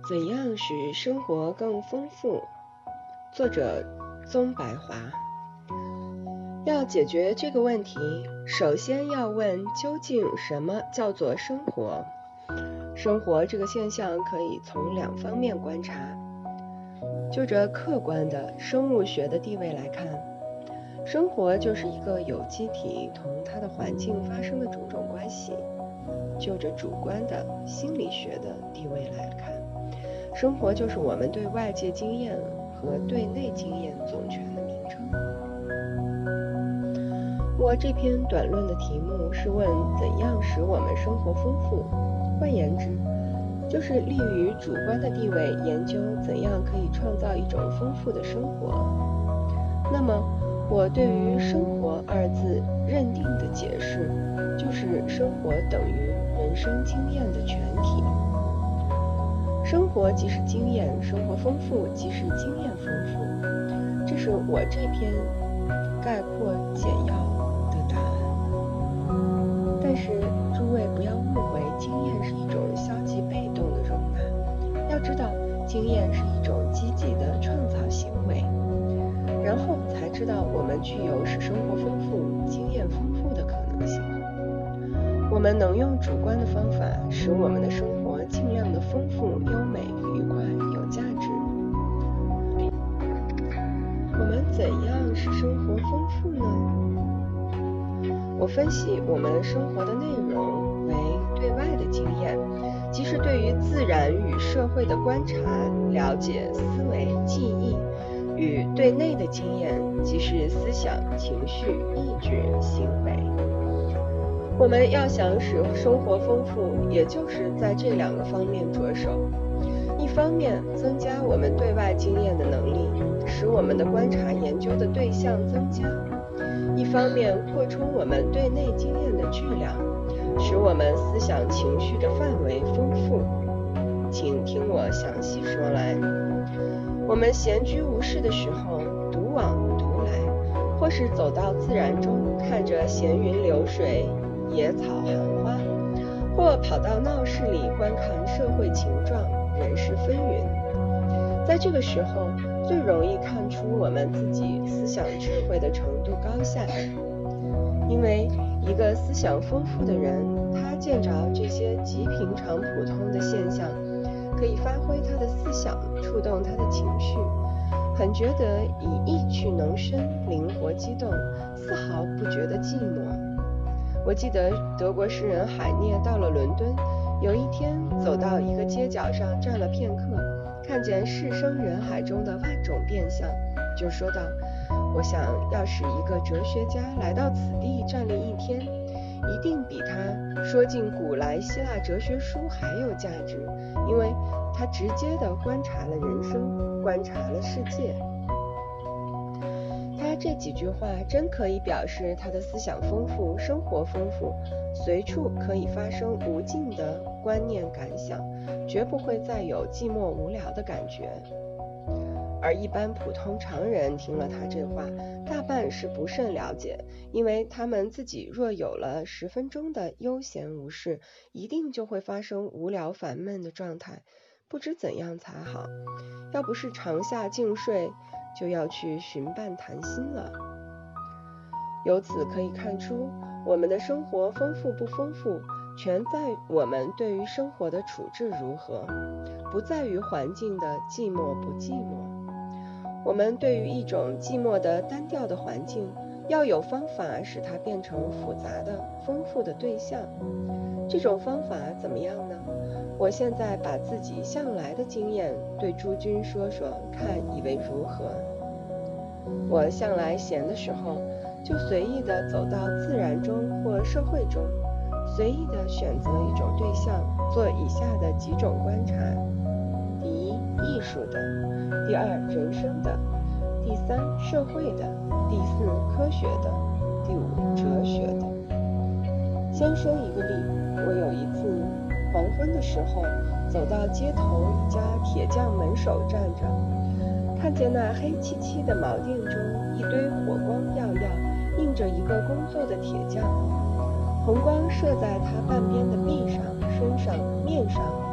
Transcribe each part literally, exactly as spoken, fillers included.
怎样使生活更丰富？作者宗白华。要解决这个问题，首先要问究竟什么叫做生活？生活这个现象可以从两方面观察。就着客观的生物学的地位来看，生活就是一个有机体同它的环境发生的种种关系。就着主观的心理学的地位来看，生活就是我们对外界经验和对内经验总权的名称。我这篇短论的题目是问怎样使我们生活丰富，换言之，就是立于主观的地位研究怎样可以创造一种丰富的生活。那么我对于生活二字认定的解释，就是生活等于人生经验的全体。生活即是经验，生活丰富即是经验丰富，这是我这篇概括简要的答案。但是诸位不要误会，经验是一种消极被动的容纳，要知道经验是一种积极的创造行为，然后才知道我们具有使生活丰富、经验丰富的可能性。我们能用主观的方法使我们的生活尽量的丰富、优美、愉快、有价值。我们怎样使生活丰富呢？我分析我们生活的内容为对外的经验，即是对于自然与社会的观察、了解、思维、记忆，与对内的经验，即是思想、情绪、意志、行为。我们要想使生活丰富，也就是在这两个方面着手。一方面增加我们对外经验的能力，使我们的观察研究的对象增加；一方面扩充我们对内经验的质量，使我们思想情绪的范围丰富。请听我详细说来。我们闲居无事的时候，独往独来，或是走到自然中，看着闲云流水、野草含花，或跑到闹市里观看社会情状、人事纷纭。在这个时候，最容易看出我们自己思想智慧的程度高下，因为一个思想丰富的人，他见着这些极平常普通的现象，可以发挥他的思想，触动他的情绪，很觉得以意趣能伸，灵活激动，丝毫不觉得寂寞。我记得德国诗人海涅到了伦敦，有一天走到一个街角上站了片刻，看见世生人海中的万种变相，就说道：我想要使一个哲学家来到此地站立一天，一定比他说尽古来希腊哲学书还有价值，因为他直接地观察了人生，观察了世界。他这几句话真可以表示他的思想丰富，生活丰富，随处可以发生无尽的观念感想，绝不会再有寂寞无聊的感觉。而一般普通常人听了他这话，大半是不甚了解，因为他们自己若有了十分钟的悠闲无事，一定就会发生无聊烦闷的状态，不知怎样才好。要不是长下静睡，就要去寻伴谈心了。由此可以看出，我们的生活丰富不丰富，全在我们对于生活的处置如何，不在于环境的寂寞不寂寞。我们对于一种寂寞的单调的环境，要有方法使它变成复杂的丰富的对象。这种方法怎么样呢？我现在把自己向来的经验对诸君说说，看以为如何。我向来闲的时候，就随意地走到自然中或社会中，随意地选择一种对象，做以下的几种观察：第一，艺术的；第二，人生的；第三，社会的；第四，科学的；第五，哲学的。先说一个例，我有一次黄昏的时候，走到街头一家铁匠门首站着，看见那黑漆漆的茅店中一堆火光耀耀，映着一个工作的铁匠，红光射在他半边的臂上、身上、面上，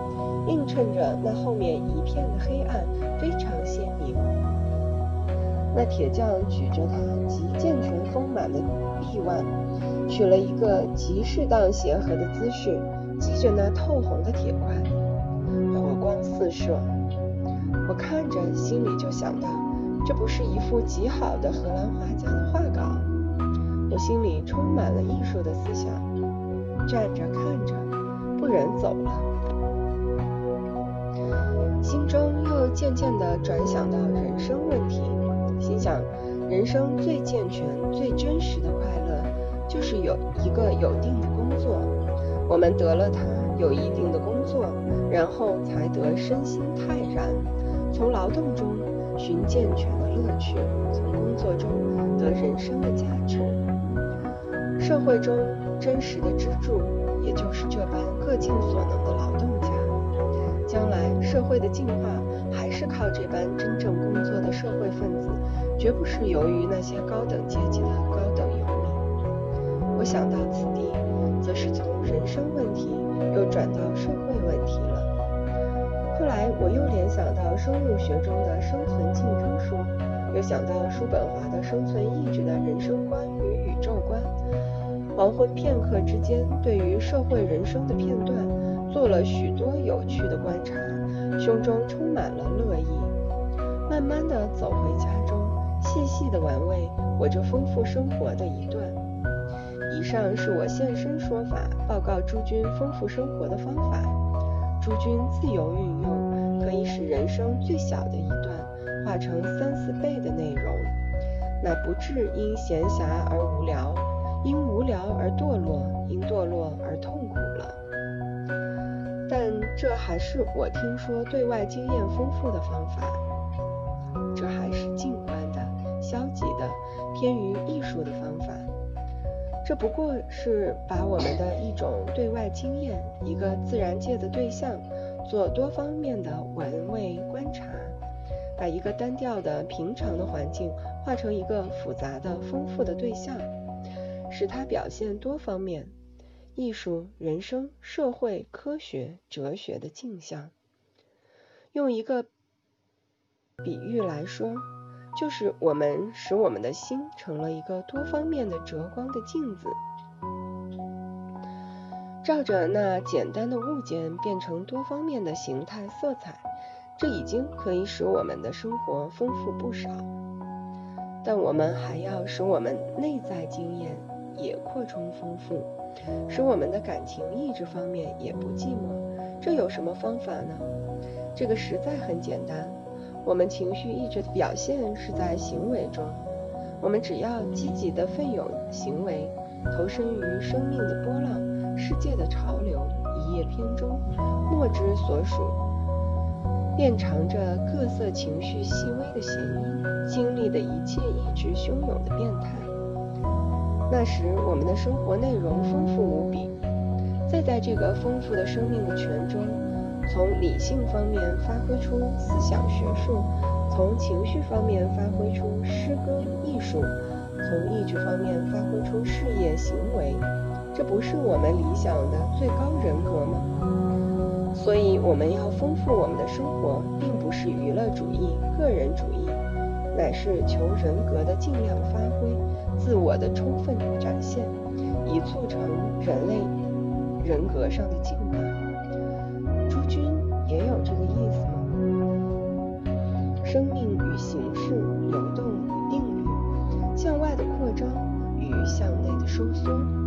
映衬着那后面一片的黑暗非常鲜明。那铁匠举着他极健全丰满的臂腕，取了一个极适当协和的姿势，击着那透红的铁块，火光四射。我看着心里就想到，这不是一幅极好的荷兰画家的画稿。我心里充满了艺术的思想，站着看着，不忍走了。心中又渐渐地转想到人生问题，心想人生最健全最真实的快乐就是有一个有定的工作，我们得了它有一定的工作，然后才得身心泰然，从劳动中寻健全的乐趣，从工作中得人生的价值。社会中真实的支柱也就是这般各尽所能的劳动家，将来社会的进化还是靠这般真正工作的社会分子，绝不是由于那些高等阶级的高等游民。我想到此地，则是从人生问题又转到社会问题了。后来我又联想到生物学中的生存竞争说，又想到叔本华的生存意志的人生观与宇宙观。黄昏片刻之间，对于社会人生的片段做了许多有趣的观察，胸中充满了乐意。慢慢地走回家中，细细地玩味我这丰富生活的一段。以上是我现身说法，报告诸君丰富生活的方法。诸君自由运用，可以使人生最小的一段化成三四倍的内容，乃不至因闲暇而无聊，因无聊而堕落，因堕落而痛苦了。但这还是我听说对外经验丰富的方法，这还是静观的、消极的、偏于艺术的方法。这不过是把我们的一种对外经验，一个自然界的对象，做多方面的闻味观察，把一个单调的平常的环境化成一个复杂的丰富的对象，使它表现多方面，艺术、人生、社会、科学、哲学的镜像。用一个比喻来说，就是我们使我们的心成了一个多方面的折光的镜子，照着那简单的物件变成多方面的形态色彩，这已经可以使我们的生活丰富不少。但我们还要使我们内在经验也扩充丰富，使我们的感情意志方面也不寂寞。这有什么方法呢？这个实在很简单，我们情绪意志的表现是在行为中，我们只要积极的奋勇行为，投身于生命的波浪、世界的潮流、一叶扁舟，莫之所属，遍尝着各色情绪细微的弦音，经历的一切意志汹涌的变态。那时我们的生活内容丰富无比，再在这个丰富的生命的泉中，从理性方面发挥出思想学术，从情绪方面发挥出诗歌艺术，从意志方面发挥出事业行为，这不是我们理想的最高人格吗？所以我们要丰富我们的生活，并不是娱乐主义、个人主义，乃是求人格的尽量发挥，自我的充分展现，以促成人类人格上的进化。诸君也有这个意思吗？生命与形式，流动与定律，向外的扩张与向内的收缩，